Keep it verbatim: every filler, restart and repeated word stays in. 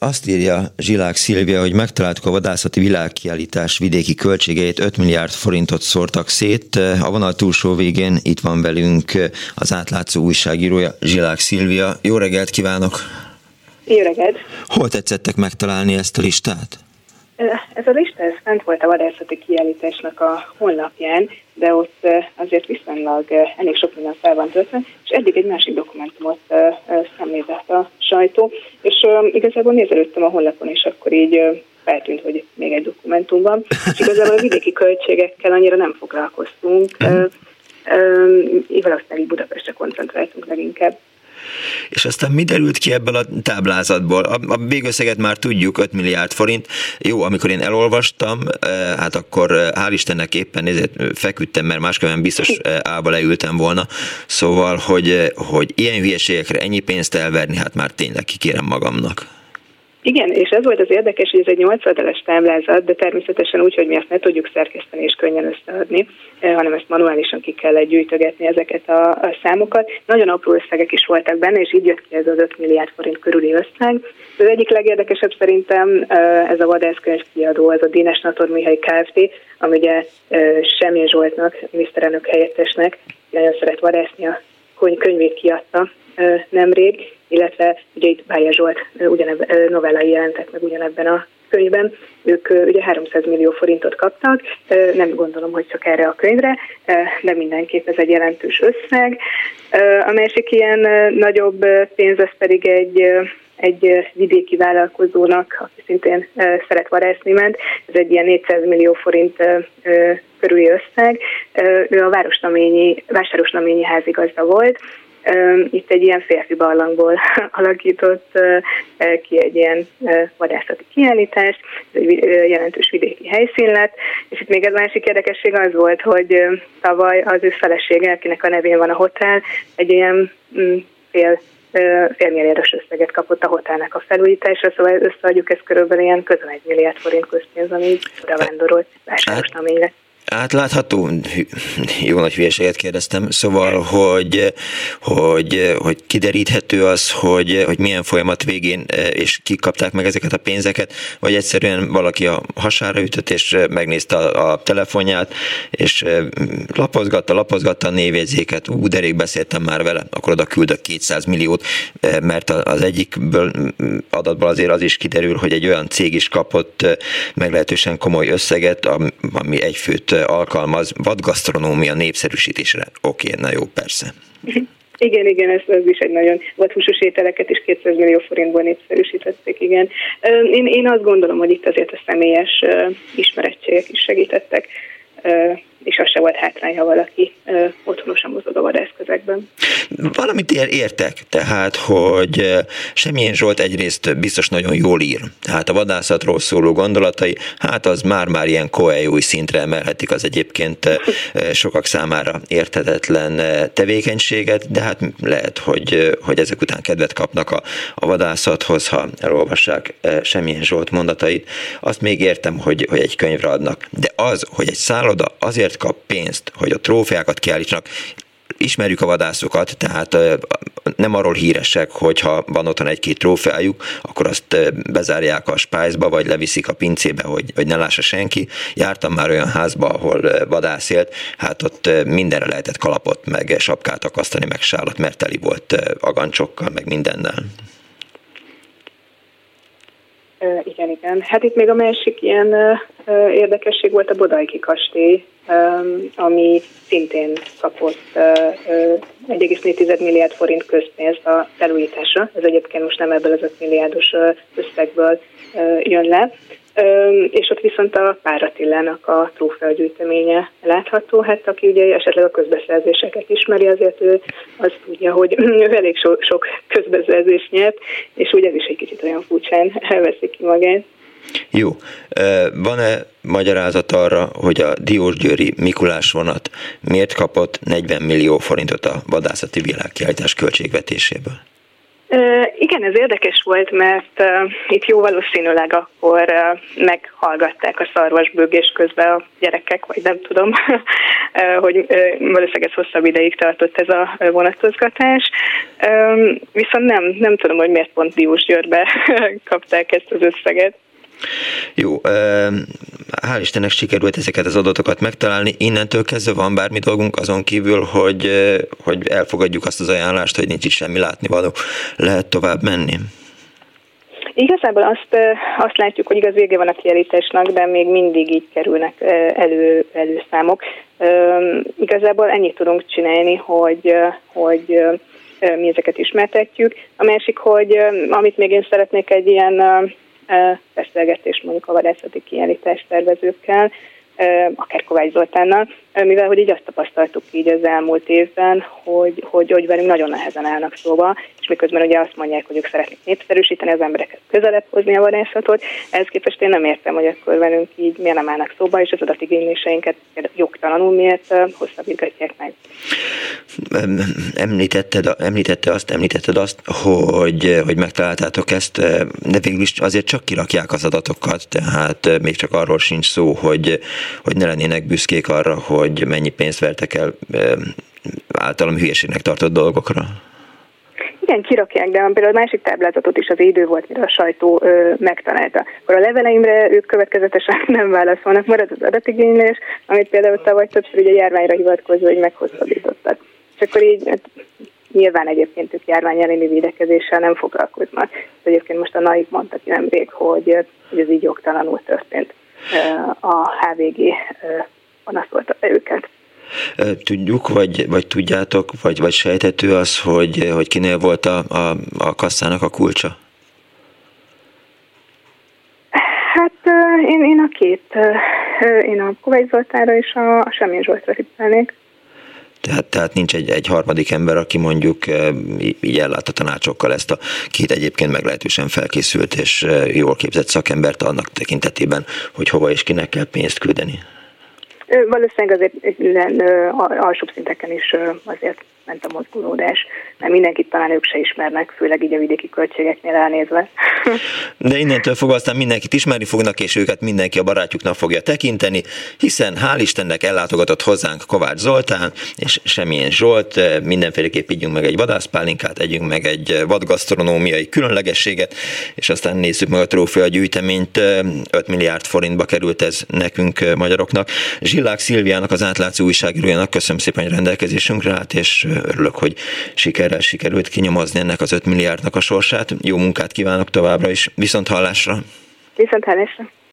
Azt írja Zsilák Szilvia, hogy megtaláltuk a vadászati világkiállítás vidéki költségeit, öt milliárd forintot szórtak szét. A vonal túlsó végén itt van velünk az Átlátszó újságírója, Zsilák Szilvia. Jó reggelt kívánok! Jó reggelt! Hol tetszettek megtalálni ezt a listát? Ez a lista, ez fent volt a vadászati kiállításnak a honlapján, de ott azért viszonylag elég sok minden fel van töltve, és eddig egy másik dokumentumot szemlézett a sajtó, és igazából nézelődtem a honlapon, és akkor így feltűnt, hogy még egy dokumentum van, és igazából a vidéki költségekkel annyira nem foglalkoztunk, valószínűleg Budapestre koncentráltunk leginkább. És aztán mi derült ki ebből a táblázatból? A, a végösszeget már tudjuk, öt milliárd forint. Jó, amikor én elolvastam, hát akkor hál' Istennek éppen ezért feküdtem, mert máskülönben biztos állva leültem volna. Szóval, hogy, hogy ilyen hülyeségekre ennyi pénzt elverni, hát már tényleg kikérem magamnak. Igen, és ez volt az érdekes, hogy ez egy nyolc oldalas táblázat, de természetesen úgy, hogy mi ezt ne tudjuk szerkeszteni és könnyen összeadni, hanem ezt manuálisan ki kell gyűjtögetni ezeket a, a számokat. Nagyon apró összegek is voltak benne, és így jött ki ez az öt milliárd forint körüli összeg. Az egyik legérdekesebb szerintem ez a vadászkönyvkiadó, ez a Dénes Nator Mihály Kft., ami ugye Semjén Zsoltnak, miniszterelnök helyettesnek nagyon szeret vadászni, a könyvét kiadta nemrég, illetve ugye itt Bájer Zsolt ugyanebben novellái jelentek meg ugyanebben a könyvben. Ők ugye háromszáz millió forintot kaptak, nem gondolom, hogy csak erre a könyvre, de mindenképp ez egy jelentős összeg. A másik ilyen nagyobb pénz, az pedig egy, egy vidéki vállalkozónak, aki szintén szeret vadászni ment, ez egy ilyen négyszáz millió forint körüli összeg. Ő a Városnaményi, Vásárosnaményi házigazda volt. Itt egy ilyen férfi barlangból alakított ki egy ilyen vadászati kiállítást, egy jelentős vidéki helyszín lett, és itt még egy másik érdekesség az volt, hogy tavaly az ő felesége, akinek a nevén van a hotel, egy ilyen fél félmilliárdos összeget kapott a hotelnek a felújításra, szóval összeadjuk, ez körülbelül ilyen közel egy milliárd forint közpénz, ami oda vándorolt Vásárosnaményre. Átlátható? Jó nagy hülyeséget kérdeztem. Szóval, hogy, hogy, hogy kideríthető az, hogy, hogy milyen folyamat végén, és kik kapták meg ezeket a pénzeket, vagy egyszerűen valaki a hasára ütött, és megnézte a, a telefonját, és lapozgatta, lapozgatta a névjegyzéket, ú, de rég beszéltem már vele, akkor oda küldök kétszáz milliót, mert az egyikből adatból azért az is kiderül, hogy egy olyan cég is kapott meglehetősen komoly összeget, ami egyfőt alkalmaz vadgasztronómia népszerűsítésre. Oké, okay, na jó, persze. Igen, igen, ez, ez is egy nagyon vadhúsos ételeket is kétszáz millió forintból népszerűsítették, igen. Én, én azt gondolom, hogy itt azért a személyes ismerettségek is segítettek, és az se volt hátrány, ha valaki ö, otthonosan mozog a vadászközekben. Valamit értek, tehát, hogy Semjén Zsolt egyrészt biztos nagyon jól ír. Tehát a vadászatról szóló gondolatai, hát az már-már ilyen Coelho-i szintre emelhetik az egyébként sokak számára érthetetlen tevékenységet, de hát lehet, hogy, hogy ezek után kedvet kapnak a, a vadászathoz, ha elolvassák Semjén Zsolt mondatait. Azt még értem, hogy, hogy egy könyvre adnak. De az, hogy egy szálloda azért kap pénzt, hogy a trófeákat kiállítsanak. Ismerjük a vadászokat, tehát nem arról híresek, hogyha van otthon egy-két trófeájuk, akkor azt bezárják a spájzba, vagy leviszik a pincébe, hogy, hogy ne lássa senki. Jártam már olyan házba, ahol vadász élt, hát ott mindenre lehetett kalapot, meg sapkát akasztani, meg sálat, mert teli volt agancsokkal, meg mindennel. Uh, igen, igen. Hát itt még a másik ilyen uh, érdekesség volt a Bodajki kastély, um, ami szintén kapott uh, uh, egy egész négy milliárd forint közpénzt a felújításra. Ez egyébként most nem ebből az öt milliárdos uh, összegből uh, jön le. Um, és ott viszont a Pár Attilának a trófeagyűjteménye látható. Hát aki ugye esetleg a közbeszerzéseket ismeri, azért ő azt tudja, hogy ő elég so, sok közbeszerzést nyert, és úgy ez is egy kicsit olyan furcsán elveszik ki magát. Jó. Van-e magyarázat arra, hogy a diósgyőri Mikulás vonat miért kapott negyven millió forintot a vadászati világkiállítás költségvetéséből? Uh, igen, ez érdekes volt, mert uh, itt jó valószínűleg akkor uh, meghallgatták a szarvasbőgés közben a gyerekek, vagy nem tudom, uh, hogy uh, valószínűleg ez hosszabb ideig tartott ez a vonatozgatás. Um, viszont nem, nem tudom, hogy miért pont Diósgyőrbe kapták ezt az összeget. Jó, hál' Istennek sikerült ezeket az adatokat megtalálni. Innentől kezdve van bármi dolgunk azon kívül, hogy, hogy elfogadjuk azt az ajánlást, hogy nincs itt semmi látnivaló. Lehet tovább menni? Igazából azt, azt látjuk, hogy igaz vége van a kiállításnak, de még mindig így kerülnek elő, előszámok. Igazából ennyit tudunk csinálni, hogy, hogy mi ezeket ismertetjük. A másik, hogy amit még én szeretnék egy ilyen beszélgetést mondjuk a vadászati kiállítás tervezőkkel, akár Kovács Zoltánnal, mivel hogy így azt tapasztaltuk így az elmúlt évben, hogy, hogy, hogy velünk nagyon nehezen állnak szóba, és miközben ugye azt mondják, hogy ők szeretnék népszerűsíteni, az embereket közelebb hozni a vadászatot, ehhez képest én nem értem, hogy akkor velünk így miért nem állnak szóba, és az adatigényléseinket jogtalanul miért hosszabbítgatják meg. Említetted, említette azt, említetted azt, hogy, hogy megtaláltátok ezt, de végül is azért csak kirakják az adatokat, tehát még csak arról sincs szó, hogy, hogy ne lennének büszkék arra, hogy mennyi pénzt vertek el általam hülyeségnek tartott dolgokra. Igen, kirakják, de például a másik táblázatot is az idő volt, mire a sajtó ö, megtalálta. Akkor a leveleimre ők következetesen nem válaszolnak, marad az adatigénylés, amit például tavaly többször ugye járványra hivatkozva, hogy meghosszabbítottak. És akkor így hát, nyilván egyébként ők járvány elleni védekezéssel nem foglalkoznak. Egyébként most a NAIK mondta ki nemrég, hogy, hogy ez így jogtalanul történt. A há vé gé panaszolta be őket. Tudjuk, vagy, vagy tudjátok, vagy, vagy sejthető az, hogy, hogy kinél volt a, a, a kasszának a kulcsa? Hát én, én a két, én a Kovács Zoltánra és a, a Semjén Zsoltra tippelnék. Tehát, tehát nincs egy, egy harmadik ember, aki mondjuk így ellát a tanácsokkal ezt a két egyébként meglehetősen felkészült és jól képzett szakembert annak tekintetében, hogy hova és kinek kell pénzt küldeni. Valószínűleg azért alsóbb szinteken is azért ment a mozgulódás, mert mindenkit talán ők se ismernek, főleg így a vidéki költségeknél elnézve. De innentől fogva aztán mindenkit ismerni fognak, és őket mindenki a barátjuknak fogja tekinteni, hiszen hál' Istennek ellátogatott hozzánk Kovács Zoltán, és Semjén Zsolt, mindenféleképp ígyünk meg egy vadászpálinkát, együnk meg egy vadgasztronómiai különlegességet, és aztán nézzük meg a trófea gyűjteményt, öt milliárd forintba került ez nekünk magyaroknak. Zsillák Szilviának, az Átlátszó újságírójának köszönöm szépen, hogy rendelkezésünkre állt, és örülök, hogy sikerrel sikerült kinyomozni ennek az öt milliárdnak a sorsát. Jó munkát kívánok továbbra is. Viszont hallásra! Viszont hallásra!